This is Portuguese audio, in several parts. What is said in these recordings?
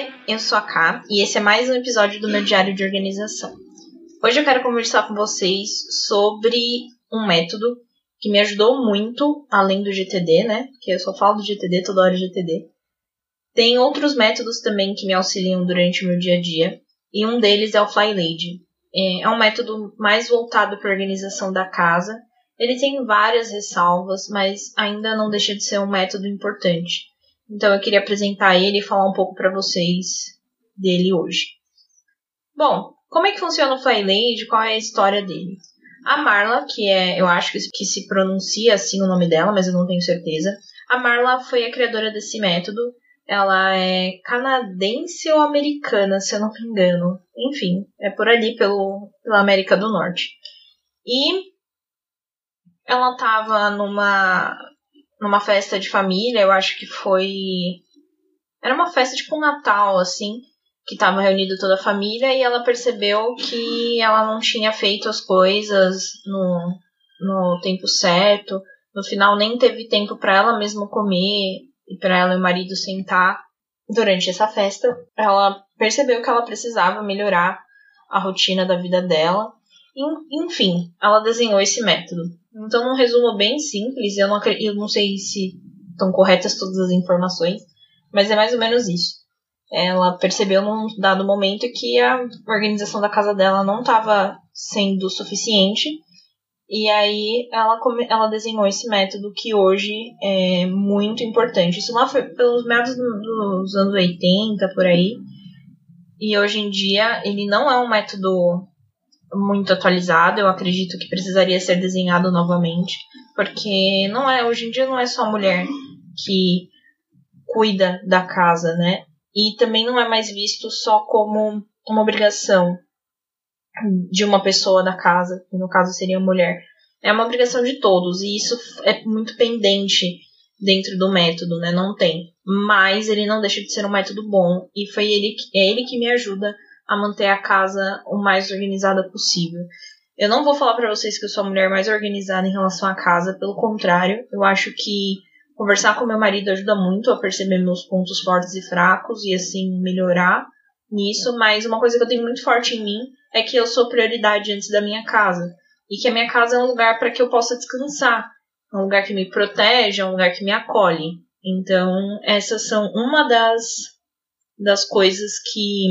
eu sou a Ká e esse é mais um episódio do meu diário de organização. Hoje eu quero conversar com vocês sobre um método que me ajudou muito, além do GTD, né? Porque eu só falo do GTD, toda hora GTD. Tem outros métodos também que me auxiliam durante o meu dia a dia, e um deles é o FlyLady. É um método mais voltado para a organização da casa. Ele tem várias ressalvas, mas ainda não deixa de ser um método importante. Então eu queria apresentar ele e falar um pouco para vocês dele hoje. Bom, como é que funciona o FlyLady? Qual é a história dele? A Marla, eu acho que se pronuncia assim o nome dela, mas eu não tenho certeza. A Marla foi a criadora desse método. Ela é canadense ou americana, se eu não me engano. Enfim, é por ali pela América do Norte. E ela estava numa festa de família, eu acho que foi... Era uma festa tipo um Natal, assim, que estava reunida toda a família, e ela percebeu que ela não tinha feito as coisas no tempo certo. No final nem teve tempo para ela mesma comer e para ela e o marido sentar durante essa festa. Ela percebeu que ela precisava melhorar a rotina da vida dela. Enfim, ela desenhou esse método. Então, num resumo bem simples, eu não sei se estão corretas todas as informações, mas é mais ou menos isso. Ela percebeu num dado momento que a organização da casa dela não estava sendo suficiente, e aí ela desenhou esse método que hoje é muito importante. Isso lá foi pelos meados dos anos 80, por aí, e hoje em dia ele não é um método muito atualizado. Eu acredito que precisaria ser desenhado novamente, porque hoje em dia não é só a mulher que cuida da casa, né? E também não é mais visto só como uma obrigação de uma pessoa da casa, que no caso seria a mulher. É uma obrigação de todos, e isso é muito pendente dentro do método, né? Não tem. Mas ele não deixa de ser um método bom, e é ele que me ajuda a manter a casa o mais organizada possível. Eu não vou falar para vocês que eu sou a mulher mais organizada em relação à casa, pelo contrário, eu acho que conversar com meu marido ajuda muito a perceber meus pontos fortes e fracos e assim melhorar nisso, mas uma coisa que eu tenho muito forte em mim é que eu sou prioridade antes da minha casa, e que a minha casa é um lugar para que eu possa descansar, um lugar que me protege, um lugar que me acolhe. Então essas são uma das coisas que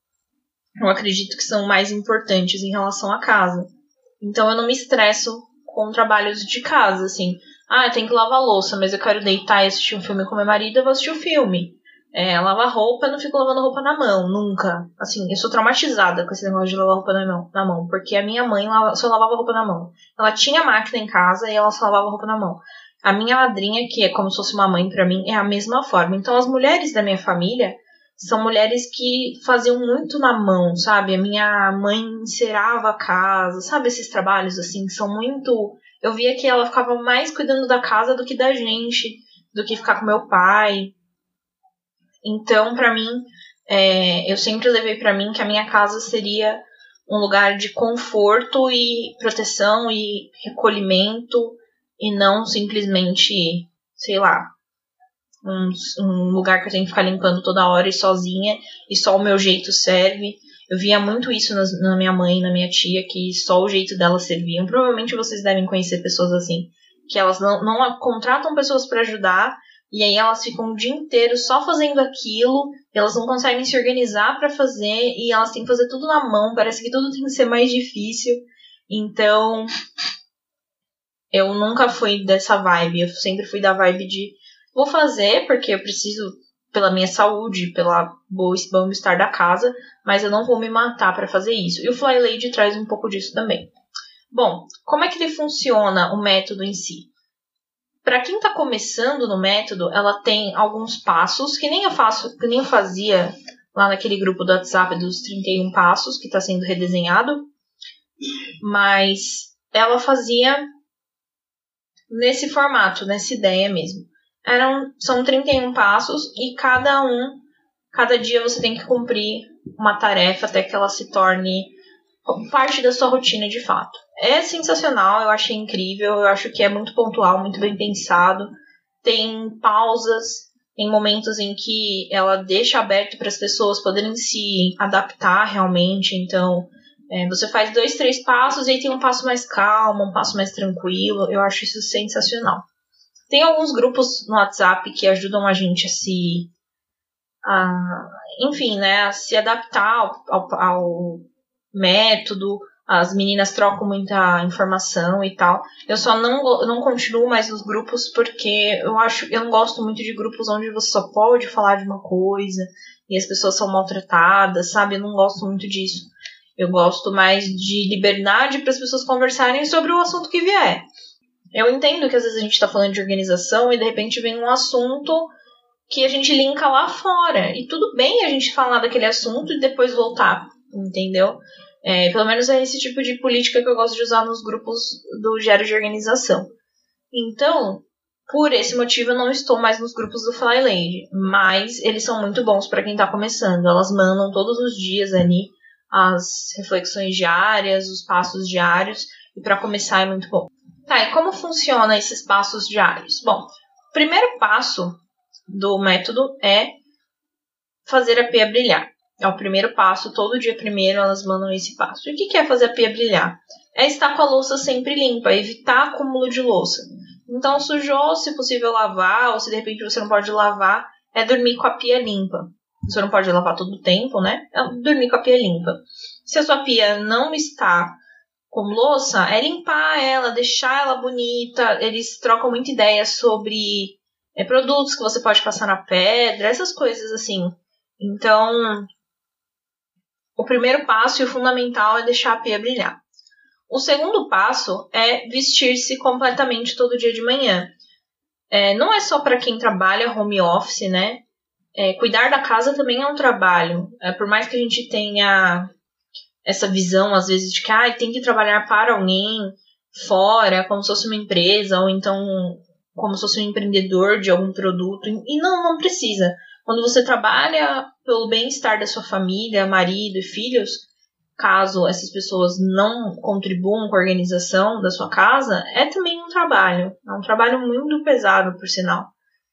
eu acredito que são mais importantes em relação à casa. Então eu não me estresso com trabalhos de casa, assim. Eu tenho que lavar a louça, mas eu quero deitar e assistir um filme com meu marido, eu vou assistir o filme. Lavar roupa, eu não fico lavando roupa na mão, nunca. Assim, eu sou traumatizada com esse negócio de lavar roupa na mão, porque a minha mãe só lavava roupa na mão. Ela tinha máquina em casa e ela só lavava roupa na mão. A minha madrinha, que é como se fosse uma mãe pra mim, é a mesma forma. Então as mulheres da minha família são mulheres que faziam muito na mão, sabe? A minha mãe encerava a casa, sabe? Esses trabalhos, assim, que são muito... Eu via que ela ficava mais cuidando da casa do que da gente, do que ficar com meu pai. Então, pra mim, eu sempre levei pra mim que a minha casa seria um lugar de conforto e proteção e recolhimento, e não simplesmente, sei lá, um lugar que eu tenho que ficar limpando toda hora e sozinha, e só o meu jeito serve. Eu via muito isso na minha mãe, na minha tia, que só o jeito delas serviam. Provavelmente vocês devem conhecer pessoas assim, que elas não contratam pessoas para ajudar, e aí elas ficam o dia inteiro só fazendo aquilo, elas não conseguem se organizar para fazer, e elas têm que fazer tudo na mão, parece que tudo tem que ser mais difícil. Então, eu nunca fui dessa vibe, eu sempre fui da vibe de vou fazer porque eu preciso, pela minha saúde, pela bom-estar da casa, mas eu não vou me matar para fazer isso. E o FlyLady traz um pouco disso também. Bom, como é que ele funciona, o método em si? Para quem está começando no método, ela tem alguns passos, que nem eu fazia lá naquele grupo do WhatsApp dos 31 passos, que está sendo redesenhado, mas ela fazia nesse formato, nessa ideia mesmo. São 31 passos e cada dia você tem que cumprir uma tarefa até que ela se torne parte da sua rotina de fato. É sensacional, eu achei incrível, eu acho que é muito pontual, muito bem pensado. Tem pausas Tem momentos em que ela deixa aberto para as pessoas poderem se adaptar realmente. Então, você faz 2, 3 passos e aí tem um passo mais calmo, um passo mais tranquilo. Eu acho isso sensacional. Tem alguns grupos no WhatsApp que ajudam a gente a se adaptar ao método. As meninas trocam muita informação e tal. Eu só não continuo mais nos grupos porque eu não gosto muito de grupos onde você só pode falar de uma coisa e as pessoas são maltratadas, sabe? Eu não gosto muito disso. Eu gosto mais de liberdade para as pessoas conversarem sobre o assunto que vier. Eu entendo que às vezes a gente está falando de organização e de repente vem um assunto que a gente linka lá fora. E tudo bem a gente falar daquele assunto e depois voltar, entendeu? Pelo menos é esse tipo de política que eu gosto de usar nos grupos do Diário de Organização. Então, por esse motivo, eu não estou mais nos grupos do Fly Lady. Mas eles são muito bons para quem está começando. Elas mandam todos os dias ali as reflexões diárias, os passos diários. E para começar é muito bom. Tá, e como funciona esses passos diários? Bom, o primeiro passo do método é fazer a pia brilhar. É o primeiro passo, todo dia primeiro elas mandam esse passo. E o que é fazer a pia brilhar? É estar com a louça sempre limpa, evitar acúmulo de louça. Então, sujou, se possível lavar, ou se de repente você não pode lavar, é dormir com a pia limpa. Você não pode lavar todo o tempo, né? É dormir com a pia limpa. Se a sua pia não está com louça, é limpar ela, deixar ela bonita. Eles trocam muita ideia sobre produtos que você pode passar na pedra, essas coisas assim. Então, o primeiro passo e o fundamental é deixar a pia brilhar. O segundo passo é vestir-se completamente todo dia de manhã. Não é só para quem trabalha home office, né? Cuidar da casa também é um trabalho. Por mais que a gente tenha essa visão, às vezes, de que tem que trabalhar para alguém fora, como se fosse uma empresa, ou então como se fosse um empreendedor de algum produto. E não precisa. Quando você trabalha pelo bem-estar da sua família, marido e filhos, caso essas pessoas não contribuam com a organização da sua casa, é também um trabalho. É um trabalho muito pesado, por sinal.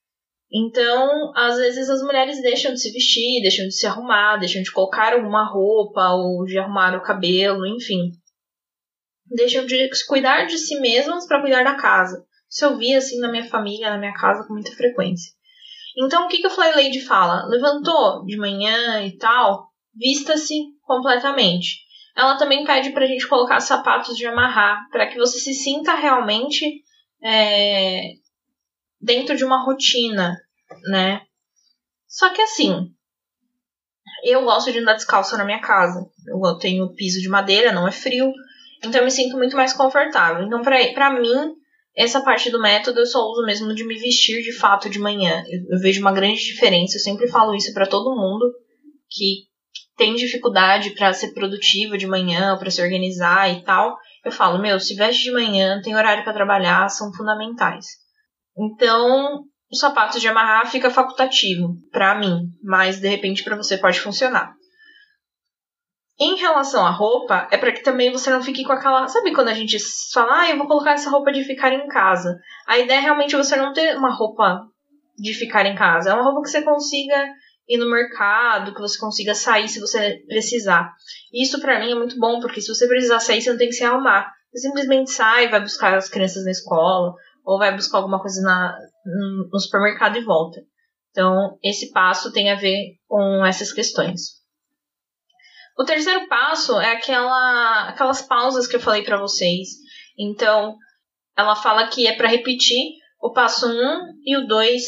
Então, às vezes as mulheres deixam de se vestir, deixam de se arrumar, deixam de colocar alguma roupa ou de arrumar o cabelo, enfim. Deixam de cuidar de si mesmas para cuidar da casa. Isso eu vi assim na minha família, na minha casa com muita frequência. Então, o que o Fly Lady fala? Levantou de manhã e tal, vista-se completamente. Ela também pede pra gente colocar sapatos de amarrar, para que você se sinta realmente dentro de uma rotina, né? Só que assim, eu gosto de andar descalça na minha casa. Eu tenho piso de madeira, não é frio, então eu me sinto muito mais confortável. Então, pra mim, essa parte do método eu só uso mesmo de me vestir de fato de manhã. Eu vejo uma grande diferença, eu sempre falo isso pra todo mundo que tem dificuldade pra ser produtivo de manhã, pra se organizar e tal. Eu falo, se veste de manhã, tem horário pra trabalhar, são fundamentais. Então, os sapatos de amarrar fica facultativo pra mim, mas de repente pra você pode funcionar. Em relação à roupa, é para que também você não fique com aquela... Sabe quando a gente fala, eu vou colocar essa roupa de ficar em casa? A ideia é realmente você não ter uma roupa de ficar em casa. É uma roupa que você consiga ir no mercado, que você consiga sair se você precisar. E isso pra mim é muito bom, porque se você precisar sair, você não tem que se arrumar. Você simplesmente sai, vai buscar as crianças na escola, ou vai buscar alguma coisa no supermercado e volta. Então, esse passo tem a ver com essas questões. O terceiro passo é aquelas pausas que eu falei pra vocês. Então, ela fala que é para repetir o passo 1 e o 2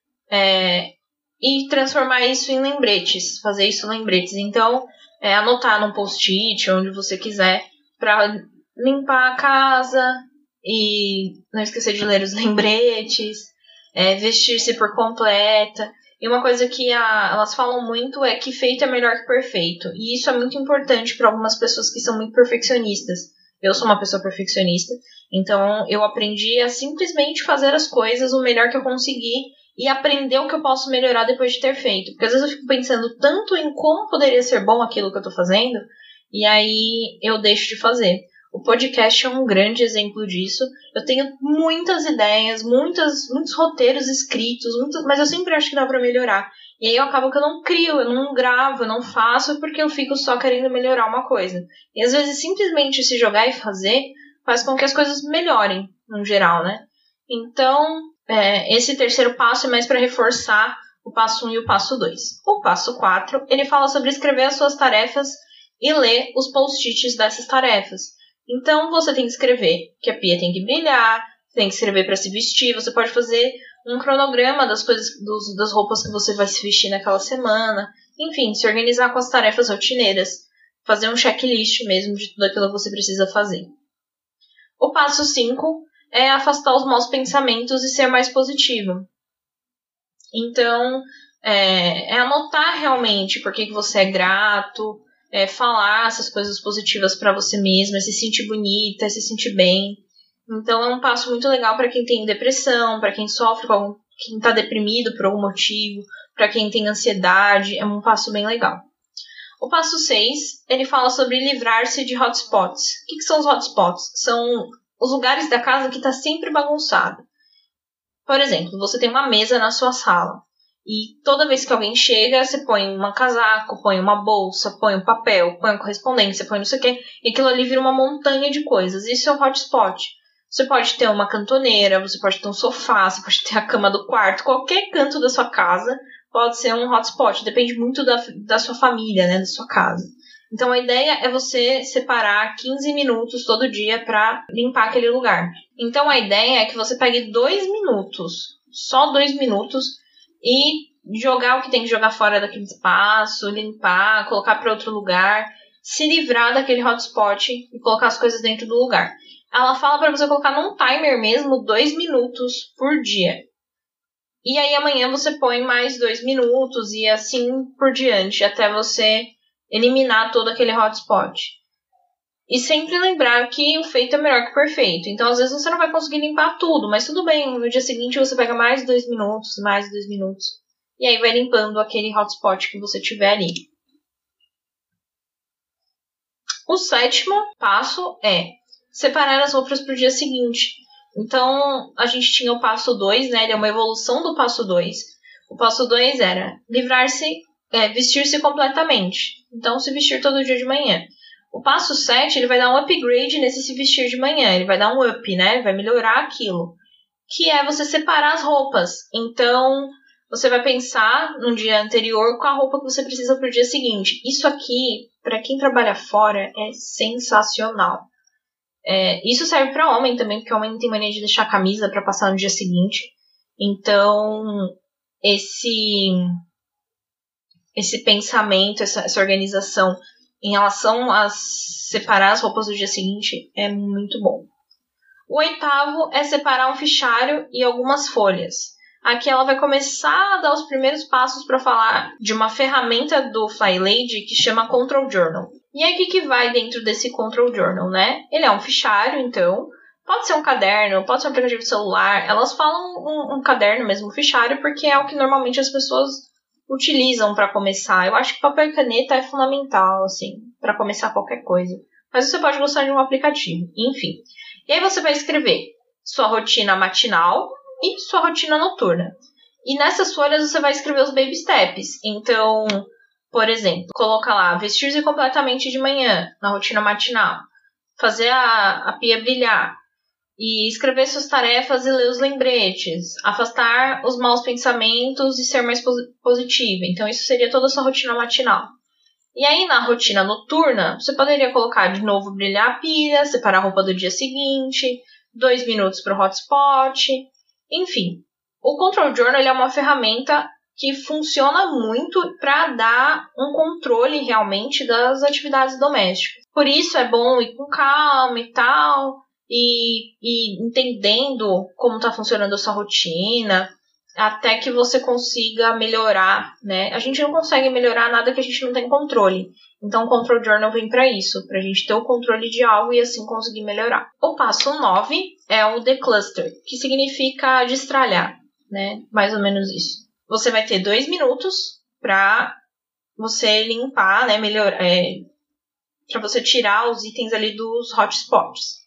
e transformar isso em lembretes, fazer isso em lembretes. Então, anotar num post-it, onde você quiser, para limpar a casa e não esquecer de ler os lembretes, vestir-se por completa. E uma coisa que elas falam muito é que feito é melhor que perfeito. E isso é muito importante para algumas pessoas que são muito perfeccionistas. Eu sou uma pessoa perfeccionista, então eu aprendi a simplesmente fazer as coisas o melhor que eu conseguir e aprender o que eu posso melhorar depois de ter feito. Porque às vezes eu fico pensando tanto em como poderia ser bom aquilo que eu estou fazendo, e aí eu deixo de fazer. O podcast é um grande exemplo disso. Eu tenho muitas ideias, muitos roteiros escritos, mas eu sempre acho que dá pra melhorar. E aí eu acabo que eu não crio, eu não gravo, eu não faço porque eu fico só querendo melhorar uma coisa. E às vezes simplesmente se jogar e fazer faz com que as coisas melhorem, no geral, né? Então, esse terceiro passo é mais para reforçar o passo 1 e o passo 2. O passo 4, ele fala sobre escrever as suas tarefas e ler os post-its dessas tarefas. Então, você tem que escrever que a pia tem que brilhar, tem que escrever para se vestir, você pode fazer um cronograma das coisas, das roupas que você vai se vestir naquela semana, enfim, se organizar com as tarefas rotineiras, fazer um checklist mesmo de tudo aquilo que você precisa fazer. O passo 5 é afastar os maus pensamentos e ser mais positivo. Então, anotar realmente por que você é grato, falar essas coisas positivas para você mesma, se sentir bonita, se sentir bem. Então, é um passo muito legal para quem tem depressão, para quem sofre, quem está deprimido por algum motivo, para quem tem ansiedade, é um passo bem legal. O passo 6, ele fala sobre livrar-se de hotspots. O que são os hotspots? São os lugares da casa que está sempre bagunçado. Por exemplo, você tem uma mesa na sua sala e toda vez que alguém chega, você põe um casaco, põe uma bolsa, põe um papel, põe uma correspondência, põe não sei o quê, e aquilo ali vira uma montanha de coisas. Isso é um hotspot. Você pode ter uma cantoneira, você pode ter um sofá, você pode ter a cama do quarto, qualquer canto da sua casa pode ser um hotspot. Depende muito da sua família, né, da sua casa. Então, a ideia é você separar 15 minutos todo dia para limpar aquele lugar. Então, a ideia é que você pegue 2 minutos, só 2 minutos, e jogar o que tem que jogar fora daquele espaço, limpar, colocar para outro lugar, se livrar daquele hotspot e colocar as coisas dentro do lugar. Ela fala para você colocar num timer mesmo 2 minutos por dia. E aí, amanhã você põe mais 2 minutos e assim por diante, até você eliminar todo aquele hotspot. E sempre lembrar que o feito é melhor que o perfeito. Então, às vezes, você não vai conseguir limpar tudo, mas tudo bem. No dia seguinte, você pega mais 2 minutos, mais 2 minutos. E aí vai limpando aquele hotspot que você tiver ali. O 7º passo é separar as roupas para o dia seguinte. Então, a gente tinha o passo 2, né? Ele é uma evolução do passo 2. O passo 2 era livrar-se, vestir-se completamente. Então, se vestir todo dia de manhã. O passo 7, ele vai dar um upgrade nesse se vestir de manhã. Ele vai dar um up, né? Vai melhorar aquilo. Que é você separar as roupas. Então, você vai pensar no dia anterior com a roupa que você precisa para o dia seguinte. Isso aqui, para quem trabalha fora, é sensacional. Isso serve para homem também, porque o homem tem mania de deixar a camisa para passar no dia seguinte. Então, esse pensamento, essa organização em relação a separar as roupas do dia seguinte é muito bom. O 8º é separar um fichário e algumas folhas. Aqui ela vai começar a dar os primeiros passos para falar de uma ferramenta do Flylady que chama Control Journal. E aí, o que vai dentro desse Control Journal, né? Ele é um fichário, então, pode ser um caderno, pode ser um aplicativo de celular. Elas falam um caderno mesmo, um fichário, porque é o que normalmente as pessoas utilizam para começar. Eu acho que papel e caneta é fundamental, assim, para começar qualquer coisa. Mas você pode gostar de um aplicativo, enfim. E aí você vai escrever sua rotina matinal e sua rotina noturna. E nessas folhas você vai escrever os baby steps. Então, por exemplo, coloca lá, vestir-se completamente de manhã, na rotina matinal. Fazer a pia brilhar. E escrever suas tarefas e ler os lembretes. Afastar os maus pensamentos e ser mais positiva. Então, isso seria toda a sua rotina matinal. E aí, na rotina noturna, você poderia colocar de novo brilhar a pia, separar a roupa do dia seguinte, 2 minutos para o hotspot. Enfim, o Control Journal é uma ferramenta que funciona muito para dar um controle realmente das atividades domésticas. Por isso é bom ir com calma e tal, e entendendo como está funcionando a sua rotina, até que você consiga melhorar, né? A gente não consegue melhorar nada que a gente não tem controle. Então, o Control Journal vem para isso, para a gente ter o controle de algo e assim conseguir melhorar. O passo 9 é o decluster, que significa destralhar, né? Mais ou menos isso. Você vai ter 2 minutos para você limpar, né? para você tirar os itens ali dos hotspots.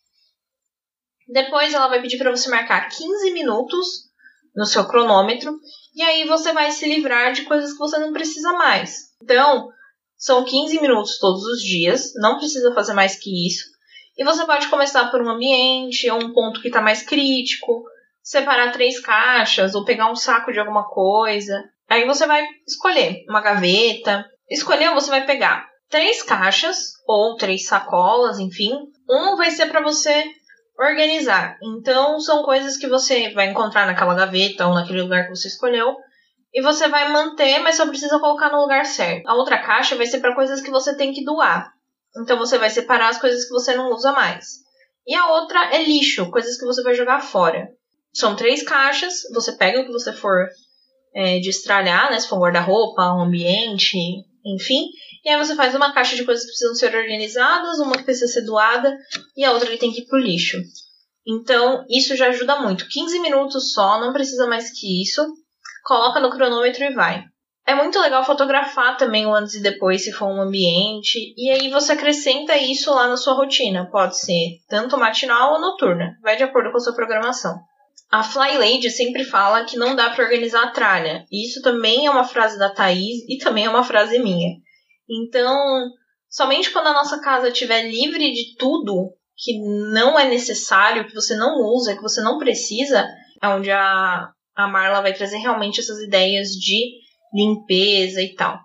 Depois ela vai pedir para você marcar 15 minutos no seu cronômetro, e aí você vai se livrar de coisas que você não precisa mais. Então, são 15 minutos todos os dias, não precisa fazer mais que isso. E você pode começar por um ambiente ou um ponto que está mais crítico, separar 3 caixas ou pegar um saco de alguma coisa. Aí você vai escolher uma gaveta. Escolheu, você vai pegar 3 caixas ou 3 sacolas, enfim. Um vai ser para você organizar. Então, são coisas que você vai encontrar naquela gaveta ou naquele lugar que você escolheu. E você vai manter, mas só precisa colocar no lugar certo. A outra caixa vai ser para coisas que você tem que doar. Então, você vai separar as coisas que você não usa mais. E a outra é lixo, coisas que você vai jogar fora. São 3 caixas, você pega o que você for destralhar, né? Se for guarda-roupa, um ambiente, enfim. E aí você faz uma caixa de coisas que precisam ser organizadas, uma que precisa ser doada e a outra que tem que ir pro lixo. Então, isso já ajuda muito. 15 minutos só, não precisa mais que isso. Coloca no cronômetro e vai. É muito legal fotografar também o antes e depois, se for um ambiente. E aí você acrescenta isso lá na sua rotina. Pode ser tanto matinal ou noturna. Vai de acordo com a sua programação. A Fly Lady sempre fala que não dá para organizar a tralha. Isso também é uma frase da Thaís e também é uma frase minha. Então, somente quando a nossa casa estiver livre de tudo que não é necessário, que você não usa, que você não precisa, é onde a Marla vai trazer realmente essas ideias de limpeza e tal.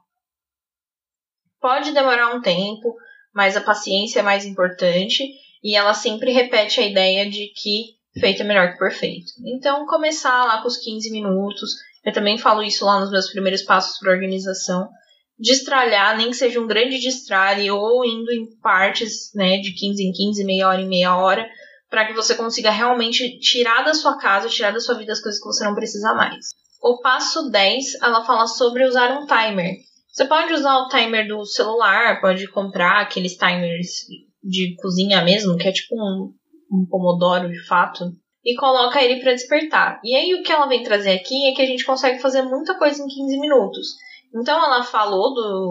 Pode demorar um tempo, mas a paciência é mais importante e ela sempre repete a ideia de que feito é melhor que perfeito. Então, começar lá com os 15 minutos, eu também falo isso lá nos meus primeiros passos para organização, destralhar, nem que seja um grande destralhe ou indo em partes, né, de 15 em 15, meia hora em meia hora, para que você consiga realmente tirar da sua casa, tirar da sua vida as coisas que você não precisa mais. O passo 10, ela fala sobre usar um timer. Você pode usar o timer do celular, pode comprar aqueles timers de cozinha mesmo, que é tipo um pomodoro de fato, e coloca ele para despertar. E aí o que ela vem trazer aqui é que a gente consegue fazer muita coisa em 15 minutos. Então ela falou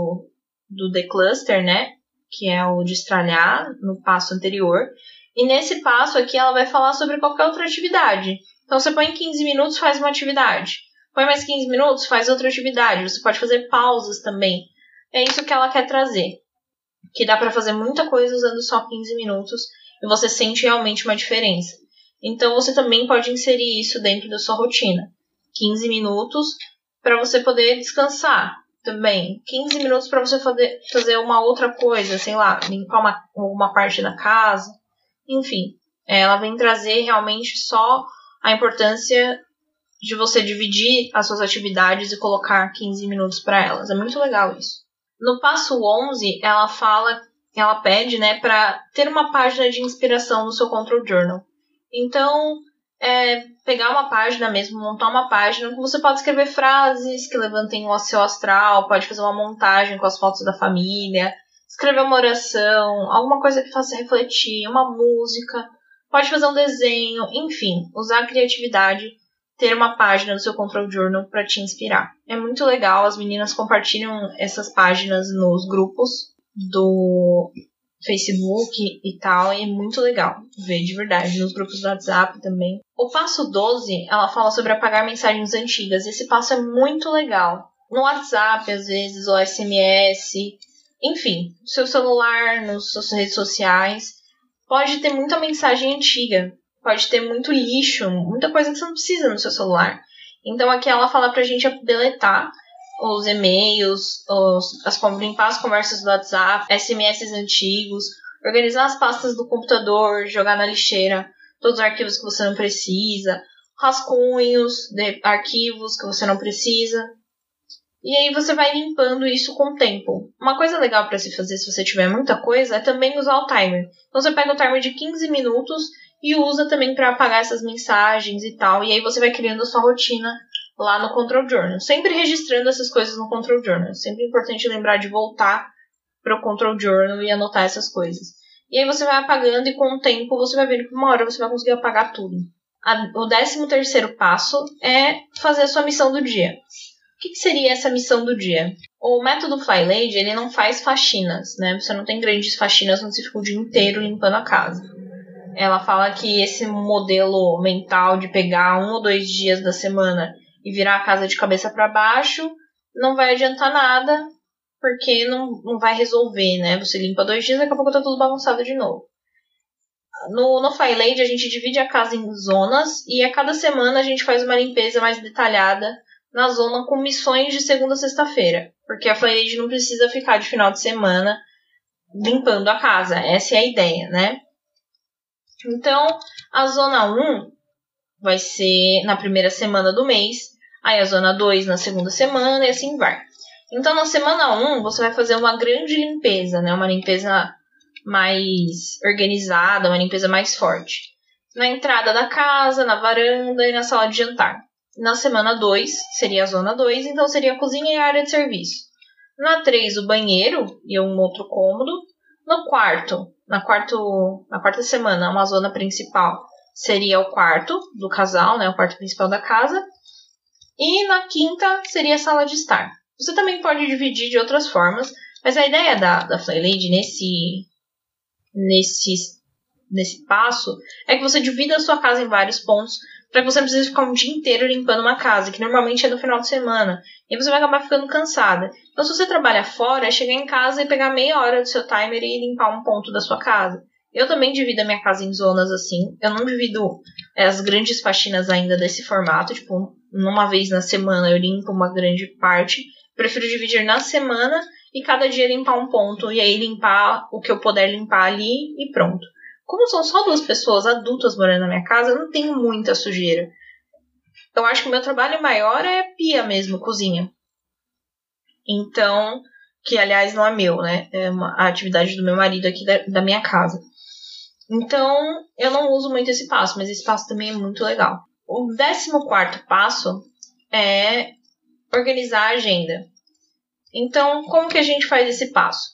do decluster, né, que é o destralhar no passo anterior, e nesse passo aqui ela vai falar sobre qualquer outra atividade. Então você põe em 15 minutos, faz uma atividade. Põe mais 15 minutos, faz outra atividade. Você pode fazer pausas também. É isso que ela quer trazer. Que dá para fazer muita coisa usando só 15 minutos e você sente realmente uma diferença. Então você também pode inserir isso dentro da sua rotina. 15 minutos para você poder descansar também. 15 minutos para você fazer uma outra coisa, sei lá, limpar uma parte da casa. Enfim, ela vem trazer realmente só a importância de você dividir as suas atividades e colocar 15 minutos para elas. É muito legal isso. No passo 11, ela pede, né, para ter uma página de inspiração no seu Control Journal. Então, pegar uma página mesmo, montar uma página que você pode escrever frases que levantem o seu astral, pode fazer uma montagem com as fotos da família, escrever uma oração, alguma coisa que faça refletir, uma música, pode fazer um desenho, enfim, usar a criatividade, ter uma página no seu Control Journal para te inspirar. É muito legal, as meninas compartilham essas páginas nos grupos do Facebook e tal, e é muito legal ver de verdade, nos grupos do WhatsApp também. O passo 12, ela fala sobre apagar mensagens antigas, esse passo é muito legal. No WhatsApp, às vezes, ou SMS, enfim, no seu celular, nas suas redes sociais, pode ter muita mensagem antiga, pode ter muito lixo, muita coisa que você não precisa no seu celular. Então aqui ela fala pra gente deletar os e-mails, limpar as conversas do WhatsApp, SMS antigos, organizar as pastas do computador, jogar na lixeira todos os arquivos que você não precisa, rascunhos de arquivos que você não precisa. E aí você vai limpando isso com o tempo. Uma coisa legal para se fazer se você tiver muita coisa é também usar o timer. Então você pega o timer de 15 minutos e usa também para apagar essas mensagens e tal. E aí você vai criando a sua rotina lá no Control Journal. Sempre registrando essas coisas no Control Journal. Sempre é importante lembrar de voltar para o Control Journal e anotar essas coisas. E aí você vai apagando e com o tempo você vai vendo que uma hora você vai conseguir apagar tudo. O 13º passo é fazer a sua missão do dia. que seria essa missão do dia? O método FlyLady, ele não faz faxinas, né? Você não tem grandes faxinas onde você fica o dia inteiro limpando a casa. Ela fala que esse modelo mental de pegar 1 ou 2 dias da semana e virar a casa de cabeça para baixo não vai adiantar nada, porque não vai resolver, né? Você limpa 2 dias e daqui a pouco tá tudo bagunçado de novo. No FlyLady a gente divide a casa em zonas e a cada semana a gente faz uma limpeza mais detalhada na zona com missões de segunda a sexta-feira. Porque a FlyLady não precisa ficar de final de semana limpando a casa. Essa é a ideia, né? Então, a zona 1 vai ser na primeira semana do mês, aí a zona 2 na segunda semana e assim vai. Então, na semana 1, você vai fazer uma grande limpeza, né? Uma limpeza mais organizada, uma limpeza mais forte. Na entrada da casa, na varanda e na sala de jantar. Na semana 2, seria a zona 2, então seria a cozinha e a área de serviço. Na 3, o banheiro e um outro cômodo. No quarto, na quarta semana, uma zona principal seria o quarto do casal, né, o quarto principal da casa. E na quinta seria a sala de estar. Você também pode dividir de outras formas, mas a ideia da FlyLady nesse passo é que você divida a sua casa em vários pontos para que você não precise ficar um dia inteiro limpando uma casa, que normalmente é no final de semana, e você vai acabar ficando cansada. Então, se você trabalha fora, é chegar em casa e pegar meia hora do seu timer e limpar um ponto da sua casa. Eu também divido a minha casa em zonas assim. Eu não divido as grandes faxinas ainda desse formato, tipo, uma vez na semana eu limpo uma grande parte. Prefiro dividir na semana e cada dia limpar um ponto, e aí limpar o que eu puder limpar ali e pronto. Como são só 2 pessoas adultas morando na minha casa, eu não tenho muita sujeira. Eu acho que o meu trabalho maior é pia mesmo, cozinha. Então, que aliás não é meu, né? É a atividade do meu marido aqui da minha casa. Então, eu não uso muito esse passo, mas esse passo também é muito legal. O 14º passo é organizar a agenda. Então, como que a gente faz esse passo?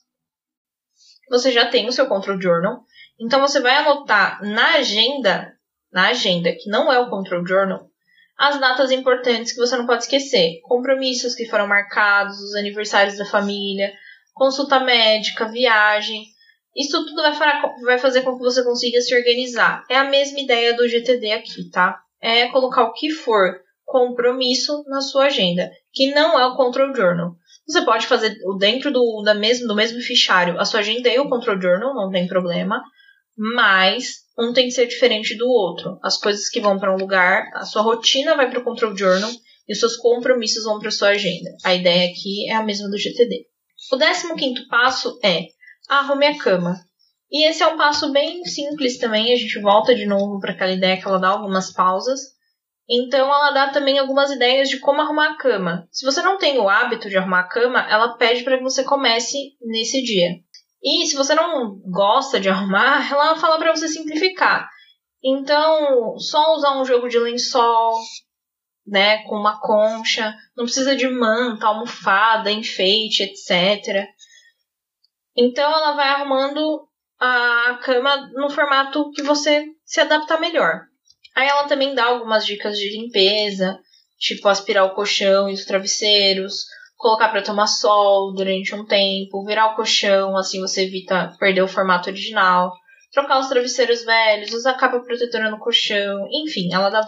Você já tem o seu Control Journal. Então, você vai anotar na agenda, que não é o Control Journal, as datas importantes que você não pode esquecer. Compromissos que foram marcados, os aniversários da família, consulta médica, viagem. Isso tudo vai fazer com que você consiga se organizar. É a mesma ideia do GTD aqui, tá? É colocar o que for compromisso na sua agenda, que não é o Control Journal. Você pode fazer dentro do mesmo fichário a sua agenda e o Control Journal, não tem problema. Mas um tem que ser diferente do outro. As coisas que vão para um lugar, a sua rotina vai para o Control Journal e os seus compromissos vão para a sua agenda. A ideia aqui é a mesma do GTD. O 15º passo é arrume a cama. E esse é um passo bem simples também. A gente volta de novo para aquela ideia que ela dá algumas pausas. Então ela dá também algumas ideias de como arrumar a cama. Se você não tem o hábito de arrumar a cama, ela pede para que você comece nesse dia. E se você não gosta de arrumar, ela fala para você simplificar. Então, só usar um jogo de lençol, né, com uma concha. Não precisa de manta, almofada, enfeite, etc. Então, ela vai arrumando a cama no formato que você se adapta melhor. Aí ela também dá algumas dicas de limpeza, tipo aspirar o colchão e os travesseiros, colocar para tomar sol durante um tempo, virar o colchão, assim você evita perder o formato original, trocar os travesseiros velhos, usar capa protetora no colchão, enfim, ela dá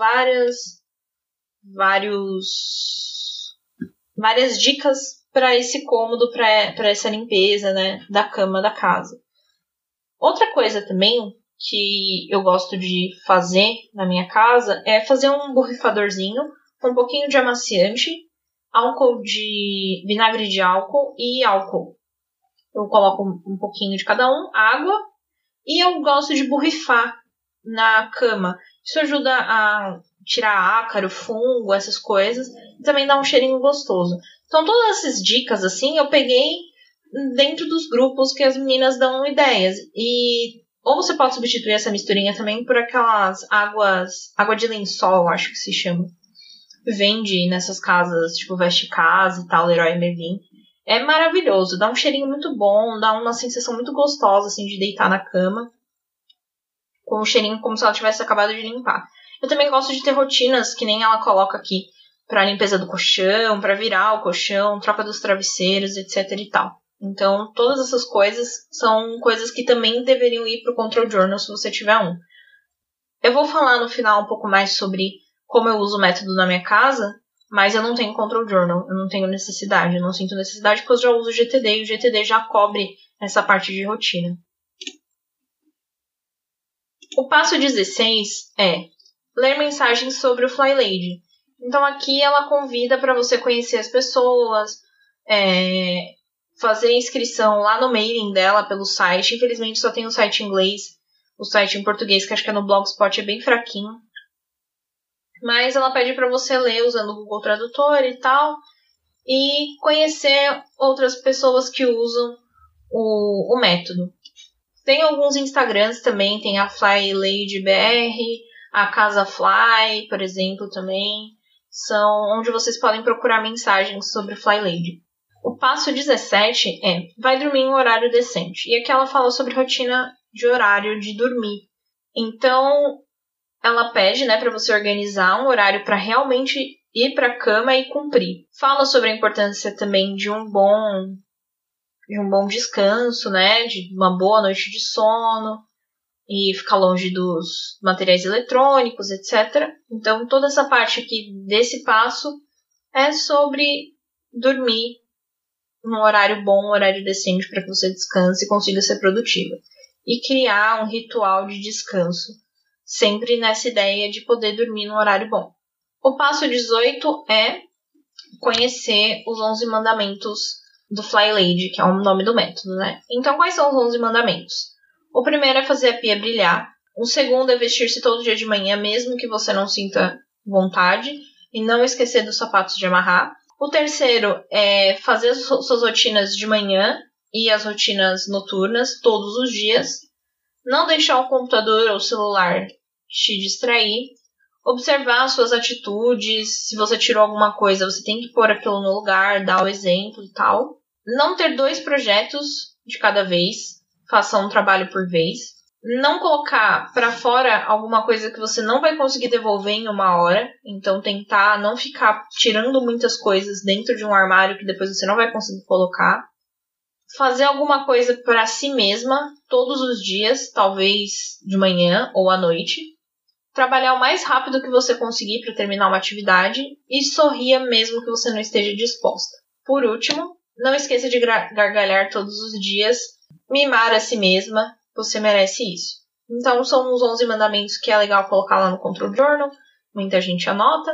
várias dicas para esse cômodo, para essa limpeza, né, da cama da casa. Outra coisa também que eu gosto de fazer na minha casa é fazer um borrifadorzinho com um pouquinho de amaciante, vinagre de álcool e álcool. Eu coloco um pouquinho de cada um, água, e eu gosto de borrifar na cama. Isso ajuda a tirar ácaro, fungo, essas coisas, e também dá um cheirinho gostoso. Então, todas essas dicas, assim, eu peguei dentro dos grupos que as meninas dão ideias. Ou você pode substituir essa misturinha também por aquelas água de lençol, acho que se chama. Vende nessas casas, tipo Veste Casa e tal, Leroy Merlin. É maravilhoso, dá um cheirinho muito bom, dá uma sensação muito gostosa, assim, de deitar na cama. Com um cheirinho como se ela tivesse acabado de limpar. Eu também gosto de ter rotinas, que nem ela coloca aqui, para limpeza do colchão, para virar o colchão, troca dos travesseiros, etc e tal. Então, todas essas coisas são coisas que também deveriam ir para o Control Journal se você tiver um. Eu vou falar no final um pouco mais sobre como eu uso o método na minha casa, mas eu não tenho Control Journal, eu não tenho necessidade, eu não sinto necessidade porque eu já uso o GTD e o GTD já cobre essa parte de rotina. O passo 16 é ler mensagens sobre o Fly Lady. Então aqui ela convida para você conhecer as pessoas, fazer inscrição lá no mailing dela pelo site. Infelizmente só tem o site em inglês, o site em português, que acho que é no Blogspot, é bem fraquinho. Mas ela pede para você ler usando o Google Tradutor e tal, e conhecer outras pessoas que usam o método. Tem alguns Instagrams também, tem a Fly Lady BR, a Casa Fly, por exemplo, também. São onde vocês podem procurar mensagens sobre Fly Lady. O passo 17 é, vai dormir em um horário decente. E aqui ela fala sobre rotina de horário de dormir. Então, ela pede, para você organizar um horário para realmente ir para a cama e cumprir. Fala sobre a importância também de um bom descanso, de uma boa noite de sono e ficar longe dos materiais eletrônicos, etc. Então, toda essa parte aqui desse passo é sobre dormir num horário bom, um horário decente para que você descanse e consiga ser produtiva. E criar um ritual de descanso, sempre nessa ideia de poder dormir num horário bom. O passo 18 é conhecer os 11 mandamentos do Fly Lady, que é o nome do método, Então, quais são os 11 mandamentos? O primeiro é fazer a pia brilhar. O segundo é vestir-se todo dia de manhã, mesmo que você não sinta vontade, e não esquecer dos sapatos de amarrar. O terceiro é fazer as suas rotinas de manhã e as rotinas noturnas todos os dias. Não deixar o computador ou o celular te distrair. Observar as suas atitudes. Se você tirou alguma coisa, você tem que pôr aquilo no lugar, dar o exemplo e tal. Não ter 2 projetos de cada vez. Faça um trabalho por vez. Não colocar para fora alguma coisa que você não vai conseguir devolver em uma hora. Então, tentar não ficar tirando muitas coisas dentro de um armário que depois você não vai conseguir colocar. Fazer alguma coisa para si mesma todos os dias, talvez de manhã ou à noite. Trabalhar o mais rápido que você conseguir para terminar uma atividade e sorria mesmo que você não esteja disposta. Por último, não esqueça de gargalhar todos os dias, mimar a si mesma, você merece isso. Então, são os 11 mandamentos que é legal colocar lá no Control Journal, muita gente anota.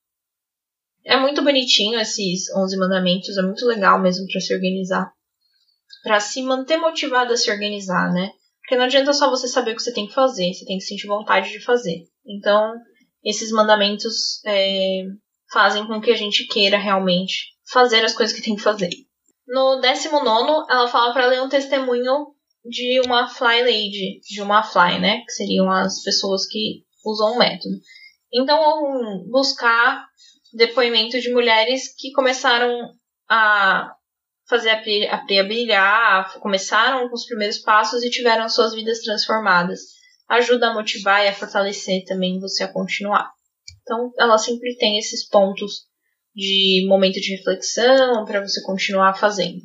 É muito bonitinho esses 11 mandamentos, é muito legal mesmo para se organizar. Para se manter motivada a se organizar, Porque não adianta só você saber o que você tem que fazer, você tem que sentir vontade de fazer. Então, esses mandamentos fazem com que a gente queira realmente fazer as coisas que tem que fazer. No 19º, ela fala para ler um testemunho de uma Fly Lady, de uma Fly, que seriam as pessoas que usam o método. Então, buscar depoimentos de mulheres que começaram a fazer a pia brilhar, começaram com os primeiros passos e tiveram suas vidas transformadas. Ajuda a motivar e a fortalecer também você a continuar. Então, ela sempre tem esses pontos de momento de reflexão para você continuar fazendo.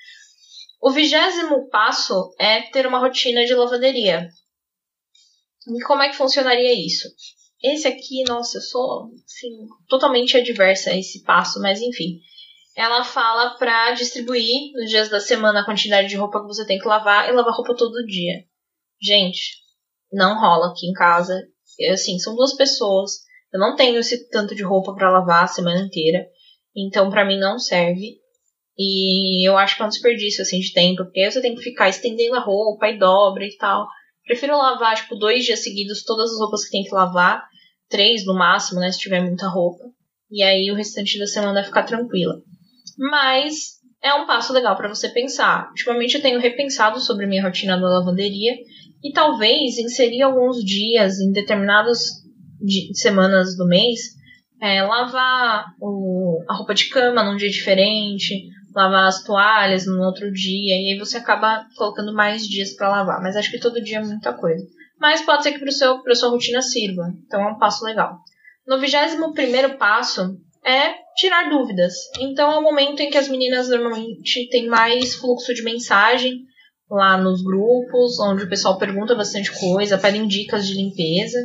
O 20º passo é ter uma rotina de lavanderia. E como é que funcionaria isso? Esse aqui, nossa, eu sou totalmente adversa a esse passo, mas enfim. Ela fala para distribuir nos dias da semana a quantidade de roupa que você tem que lavar e lavar roupa todo dia. Gente, não rola aqui em casa. São 2 pessoas. Eu não tenho esse tanto de roupa para lavar a semana inteira. Então, para mim, não serve. E eu acho que é um desperdício, de tempo. Porque aí você tem que ficar estendendo a roupa e dobra e tal. Prefiro lavar, 2 dias seguidos todas as roupas que tem que lavar. 3 no máximo, se tiver muita roupa. E aí o restante da semana vai ficar tranquila. Mas é um passo legal para você pensar. Ultimamente eu tenho repensado sobre minha rotina da lavanderia e talvez inserir alguns dias em determinadas semanas do mês, lavar a roupa de cama num dia diferente, lavar as toalhas num outro dia, e aí você acaba colocando mais dias para lavar. Mas acho que todo dia é muita coisa. Mas pode ser que para sua rotina sirva. Então é um passo legal. No 21º passo, é tirar dúvidas. Então é o momento em que as meninas normalmente têm mais fluxo de mensagem lá nos grupos, onde o pessoal pergunta bastante coisa, pedem dicas de limpeza.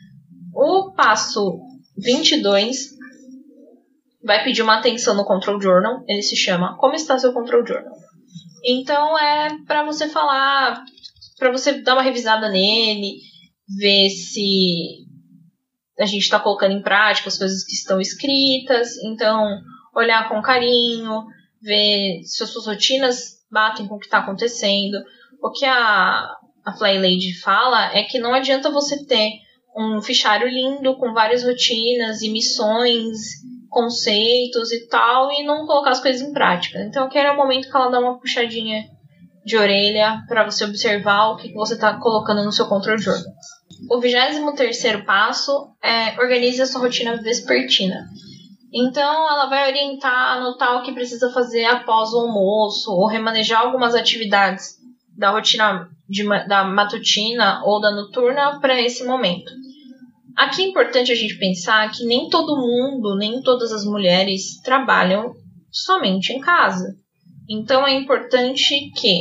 O passo 22 vai pedir uma atenção no Control Journal. Ele se chama Como está seu Control Journal? Então é para você falar, para você dar uma revisada nele, ver se a gente está colocando em prática as coisas que estão escritas. Então, olhar com carinho, ver se as suas rotinas batem com o que está acontecendo. O que a Fly Lady fala é que não adianta você ter um fichário lindo com várias rotinas e missões, conceitos e tal, e não colocar as coisas em prática. Então, aquele é o momento que ela dá uma puxadinha de orelha para você observar o que você está colocando no seu Control Journal. O 23º passo é organize a sua rotina vespertina. Então, ela vai orientar a anotar o que precisa fazer após o almoço, ou remanejar algumas atividades da rotina da matutina ou da noturna para esse momento. Aqui é importante a gente pensar que nem todo mundo, nem todas as mulheres trabalham somente em casa. Então, é importante que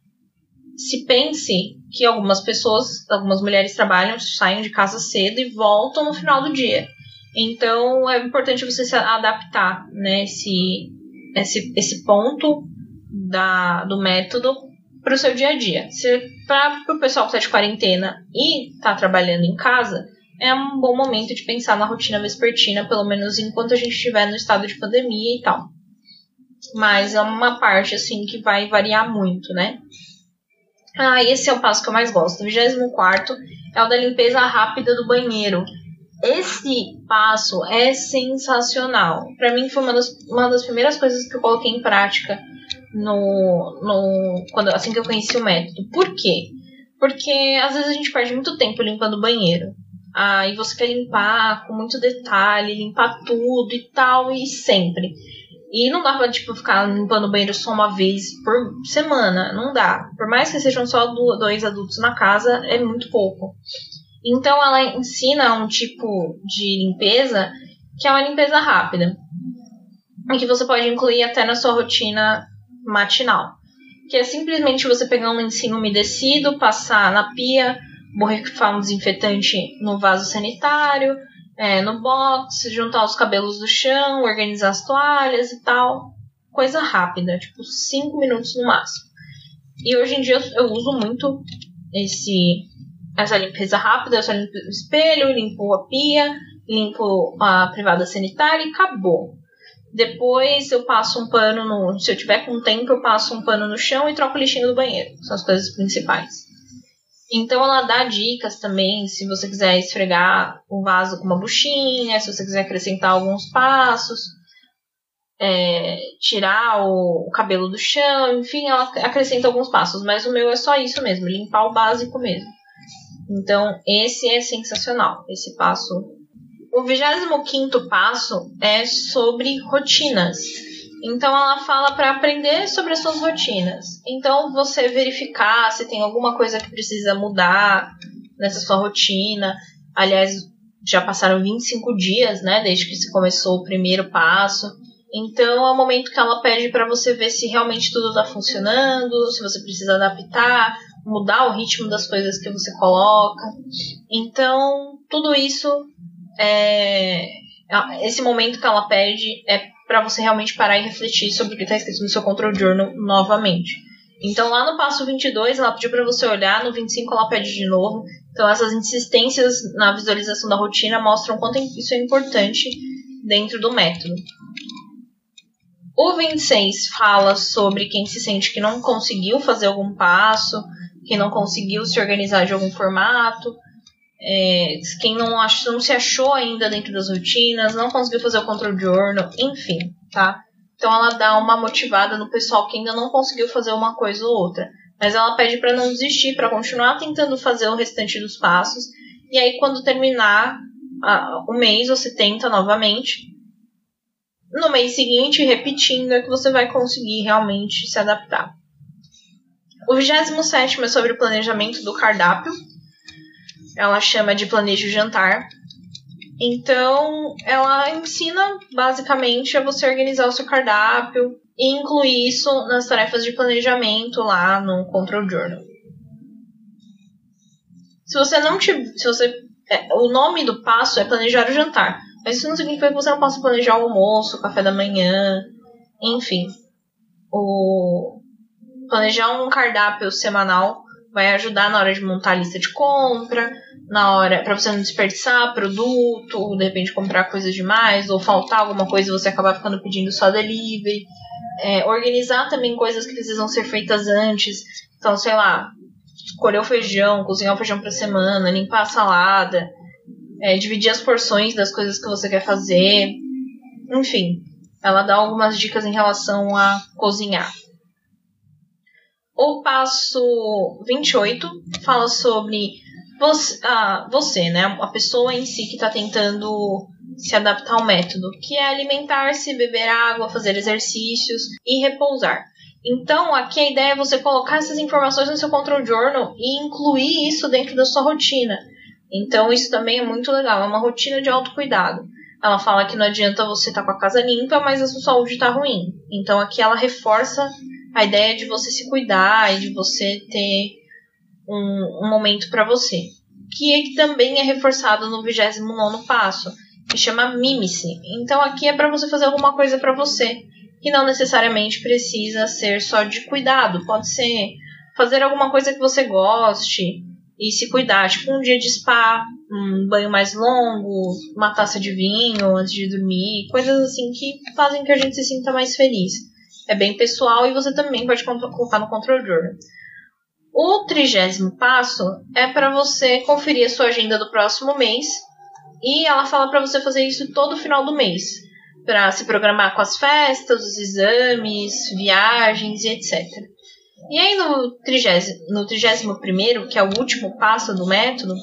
se pense que algumas mulheres trabalham, saem de casa cedo e voltam no final do dia. Então, é importante você se adaptar, né, esse ponto do método para o seu dia a dia. Para o pessoal que está de quarentena e está trabalhando em casa, é um bom momento de pensar na rotina vespertina, pelo menos enquanto a gente estiver no estado de pandemia e tal. Mas é uma parte assim que vai variar muito, né? Esse é o passo que eu mais gosto. O 24º é o da limpeza rápida do banheiro. Esse passo é sensacional. Para mim foi uma das primeiras coisas que eu coloquei em prática assim que eu conheci o método. Por quê? Porque às vezes a gente perde muito tempo limpando o banheiro. E você quer limpar com muito detalhe, limpar tudo e tal, e sempre. E não dá pra, ficar limpando o banheiro só uma vez por semana. Não dá. Por mais que sejam só 2 adultos na casa, é muito pouco. Então, ela ensina um tipo de limpeza que é uma limpeza rápida. E que você pode incluir até na sua rotina matinal. Que é simplesmente você pegar um lencinho umedecido, passar na pia, borrifar um desinfetante no vaso sanitário, no box, juntar os cabelos do chão, organizar as toalhas e tal. Coisa rápida, 5 minutos no máximo. E hoje em dia eu uso muito essa limpeza rápida. Eu só limpo o espelho, limpo a pia, limpo a privada sanitária e acabou. Depois eu passo um pano se eu tiver com tempo, eu passo um pano no chão e troco o lixinho do banheiro. São as coisas principais. Então ela dá dicas também, se você quiser esfregar o vaso com uma buchinha, se você quiser acrescentar alguns passos, tirar o cabelo do chão, enfim, ela acrescenta alguns passos, mas o meu é só isso mesmo, limpar o básico mesmo. Então esse é sensacional, esse passo. O 25º passo é sobre rotinas. Então, ela fala para aprender sobre as suas rotinas. Então, você verificar se tem alguma coisa que precisa mudar nessa sua rotina. Aliás, já passaram 25 dias, né, desde que se começou o primeiro passo. Então, é o momento que ela pede para você ver se realmente tudo está funcionando, se você precisa adaptar, mudar o ritmo das coisas que você coloca. Então, tudo isso, esse momento que ela pede é para você realmente parar e refletir sobre o que está escrito no seu Control Journal novamente. Então, lá no passo 22, ela pediu para você olhar, no 25 ela pede de novo. Então, essas insistências na visualização da rotina mostram quanto isso é importante dentro do método. O 26 fala sobre quem se sente que não conseguiu fazer algum passo, quem não conseguiu se organizar de algum formato, quem não se achou ainda dentro das rotinas, não conseguiu fazer o Control Journal, enfim, tá? Então ela dá uma motivada no pessoal que ainda não conseguiu fazer uma coisa ou outra. Mas ela pede para não desistir, para continuar tentando fazer o restante dos passos. E aí quando terminar o mês, você tenta novamente. No mês seguinte, repetindo, é que você vai conseguir realmente se adaptar. O 27º é sobre o planejamento do cardápio. Ela chama de planejo jantar. Então, ela ensina basicamente a você organizar o seu cardápio e incluir isso nas tarefas de planejamento lá no Control Journal. Se você não tiver, o nome do passo é planejar o jantar, mas isso não significa que você não possa planejar o almoço, o café da manhã, enfim. Planejar um cardápio semanal vai ajudar na hora de montar a lista de compra, na hora para você não desperdiçar produto, de repente comprar coisas demais, ou faltar alguma coisa e você acabar ficando pedindo só delivery. Organizar também coisas que precisam ser feitas antes. Então, sei lá, escolher o feijão, cozinhar o feijão pra semana, limpar a salada, dividir as porções das coisas que você quer fazer. Enfim, ela dá algumas dicas em relação a cozinhar. O passo 28 fala sobre você, né? A pessoa em si que está tentando se adaptar ao método, que é alimentar-se, beber água, fazer exercícios e repousar. Então, aqui a ideia é você colocar essas informações no seu Control Journal e incluir isso dentro da sua rotina. Então, isso também é muito legal, é uma rotina de autocuidado. Ela fala que não adianta você estar com a casa limpa, mas a sua saúde está ruim. Então, aqui ela reforça a ideia de você se cuidar e de você ter um momento para você. Que também é reforçado no 29º passo, que chama Mime-se. Então, aqui é para você fazer alguma coisa para você, que não necessariamente precisa ser só de cuidado. Pode ser fazer alguma coisa que você goste e se cuidar, tipo um dia de spa, um banho mais longo, uma taça de vinho antes de dormir, coisas assim que fazem que a gente se sinta mais feliz. É bem pessoal e você também pode colocar no Control Journal. O 30º passo é para você conferir a sua agenda do próximo mês e ela fala para você fazer isso todo final do mês, para se programar com as festas, os exames, viagens e etc. E aí no 31º, que é o último passo do método,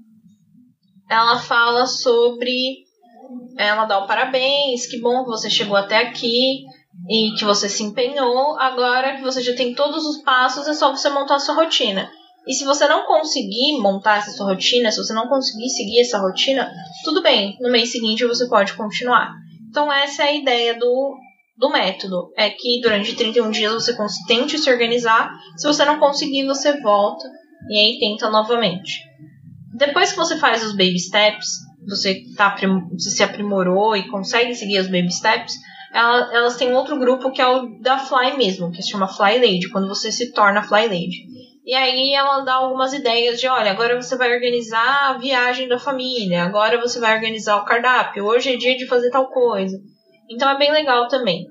ela fala sobre... Ela dá o parabéns, que bom que você chegou até aqui e que você se empenhou. Agora que você já tem todos os passos, é só você montar a sua rotina. E se você não conseguir montar essa sua rotina, se você não conseguir seguir essa rotina, tudo bem, no mês seguinte você pode continuar. Então essa é a ideia do método, é que durante 31 dias você tente se organizar. Se você não conseguir, você volta e aí tenta novamente. Depois que você faz os baby steps, você se aprimorou e consegue seguir os baby steps, elas têm outro grupo que é o da Fly mesmo, que se chama Fly Lady, quando você se torna Fly Lady. E aí ela dá algumas ideias de, olha, agora você vai organizar a viagem da família, agora você vai organizar o cardápio, hoje é dia de fazer tal coisa. Então é bem legal também.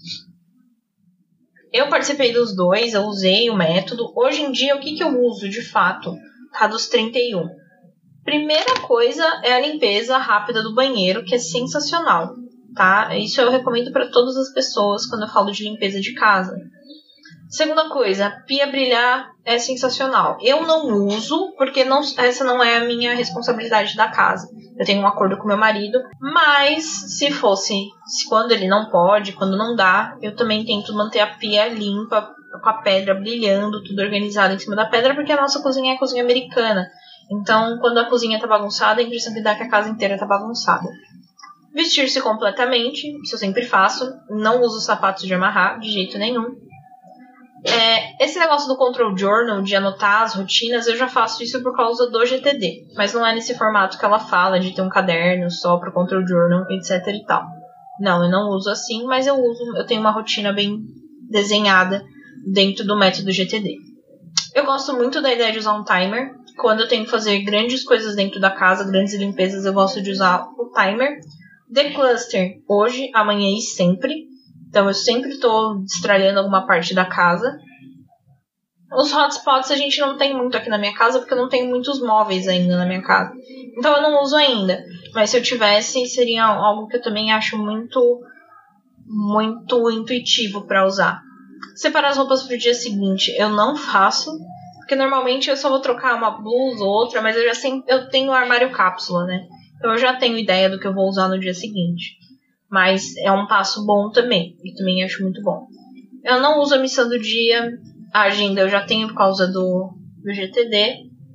Eu participei dos dois, eu usei o método. Hoje em dia, o que eu uso de fato? Tá dos 31. Primeira coisa é a limpeza rápida do banheiro, que é sensacional, tá? Isso eu recomendo para todas as pessoas quando eu falo de limpeza de casa. Segunda coisa, a pia brilhar é sensacional. Eu não uso, porque essa não é a minha responsabilidade da casa. Eu tenho um acordo com meu marido, mas se quando ele não pode, quando não dá, eu também tento manter a pia limpa, com a pedra brilhando, tudo organizado em cima da pedra, porque a nossa cozinha é a cozinha americana. Então, quando a cozinha tá bagunçada, a impressão que dá é que a casa inteira tá bagunçada. Vestir-se completamente, isso eu sempre faço. Não uso sapatos de amarrar, de jeito nenhum. Esse negócio do Control Journal, de anotar as rotinas, eu já faço isso por causa do GTD. Mas não é nesse formato que ela fala, de ter um caderno só pro Control Journal, etc e tal. Não, eu não uso assim, mas eu tenho uma rotina bem desenhada dentro do método GTD. Eu gosto muito da ideia de usar um timer. Quando eu tenho que fazer grandes coisas dentro da casa, grandes limpezas, eu gosto de usar o timer. Decluster, hoje, amanhã e sempre. Então eu sempre estou destralhando alguma parte da casa. Os hotspots a gente não tem muito aqui na minha casa, porque eu não tenho muitos móveis ainda na minha casa. Então eu não uso ainda. Mas se eu tivesse, seria algo que eu também acho muito, muito intuitivo para usar. Separar as roupas pro dia seguinte, eu não faço. Porque normalmente eu só vou trocar uma blusa ou outra, mas eu tenho o armário cápsula, né? Então eu já tenho ideia do que eu vou usar no dia seguinte. Mas é um passo bom também. E também acho muito bom. Eu não uso a missão do dia. A agenda eu já tenho por causa do GTD.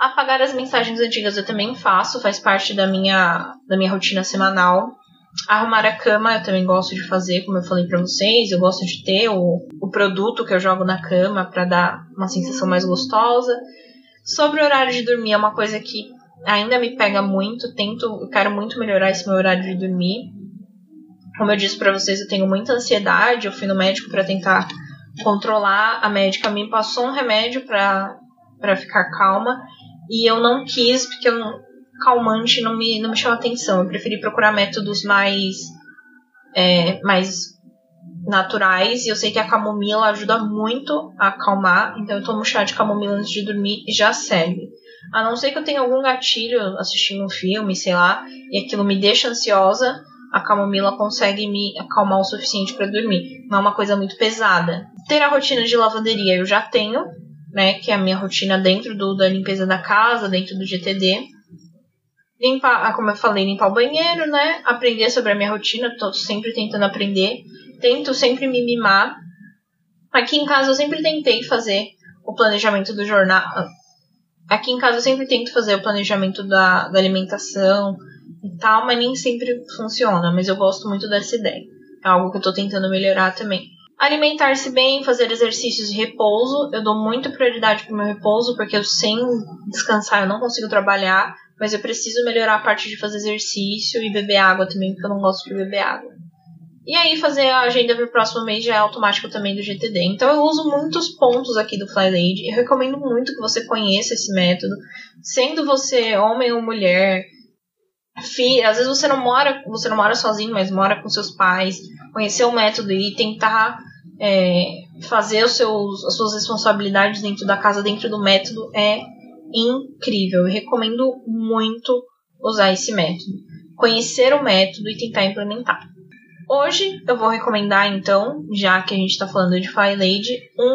Apagar as mensagens antigas eu também faço, faz parte da minha rotina semanal. Arrumar a cama eu também gosto de fazer, como eu falei pra vocês. Eu gosto de ter o produto que eu jogo na cama pra dar uma sensação mais gostosa. Sobre o horário de dormir, é uma coisa que ainda me pega muito. Eu quero muito melhorar esse meu horário de dormir. Como eu disse pra vocês, eu tenho muita ansiedade. Eu fui no médico pra tentar controlar. A médica me passou um remédio pra ficar calma. E eu não quis, porque calmante não me chama atenção. Eu preferi procurar métodos mais naturais. E eu sei que a camomila ajuda muito a acalmar. Então eu tomo chá de camomila antes de dormir e já serve. A não ser que eu tenha algum gatilho assistindo um filme, sei lá, e aquilo me deixa ansiosa, a camomila consegue me acalmar o suficiente para dormir. Não é uma coisa muito pesada. Ter a rotina de lavanderia eu já tenho, né, que é a minha rotina dentro da limpeza da casa, dentro do GTD. Limpar, como eu falei, limpar o banheiro, né? Aprender sobre a minha rotina, tô sempre tentando aprender. Tento sempre me mimar. Aqui em casa eu sempre tentei fazer o planejamento do jornal. Aqui em casa eu sempre tento fazer o planejamento da alimentação e tal, mas nem sempre funciona. Mas eu gosto muito dessa ideia. É algo que eu tô tentando melhorar também. Alimentar-se bem, fazer exercícios de repouso. Eu dou muita prioridade pro meu repouso, porque eu sem descansar eu não consigo trabalhar. Mas eu preciso melhorar a parte de fazer exercício e beber água também, porque eu não gosto de beber água. E aí fazer a agenda para o próximo mês já é automático também do GTD. Então eu uso muitos pontos aqui do FlyLady. Eu recomendo muito que você conheça esse método. Sendo você homem ou mulher, às vezes você não mora sozinho, mas mora com seus pais. Conhecer o método e tentar fazer as suas responsabilidades dentro da casa, dentro do método, é incrível. Eu recomendo muito usar esse método. Conhecer o método e tentar implementar. Hoje eu vou recomendar, então, já que a gente está falando de FlyLady,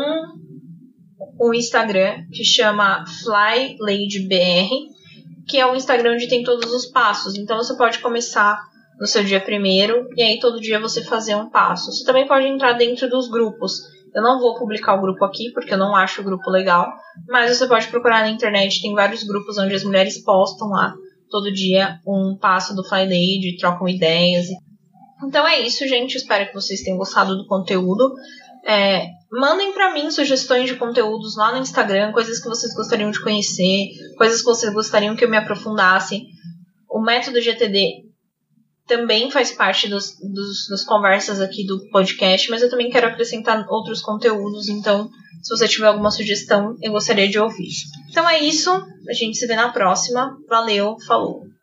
um Instagram que chama FlyLadyBR, que é um Instagram onde tem todos os passos. Então você pode começar no seu dia primeiro e aí todo dia você fazer um passo. Você também pode entrar dentro dos grupos. Eu não vou publicar o grupo aqui, porque eu não acho o grupo legal, mas você pode procurar na internet, tem vários grupos onde as mulheres postam lá todo dia um passo do FlyLady, trocam ideias. Então é isso, gente. Espero que vocês tenham gostado do conteúdo. Mandem pra mim sugestões de conteúdos lá no Instagram, coisas que vocês gostariam de conhecer, coisas que vocês gostariam que eu me aprofundasse. O método GTD também faz parte das conversas aqui do podcast, mas eu também quero acrescentar outros conteúdos, então se você tiver alguma sugestão, eu gostaria de ouvir. Então é isso, a gente se vê na próxima. Valeu, falou!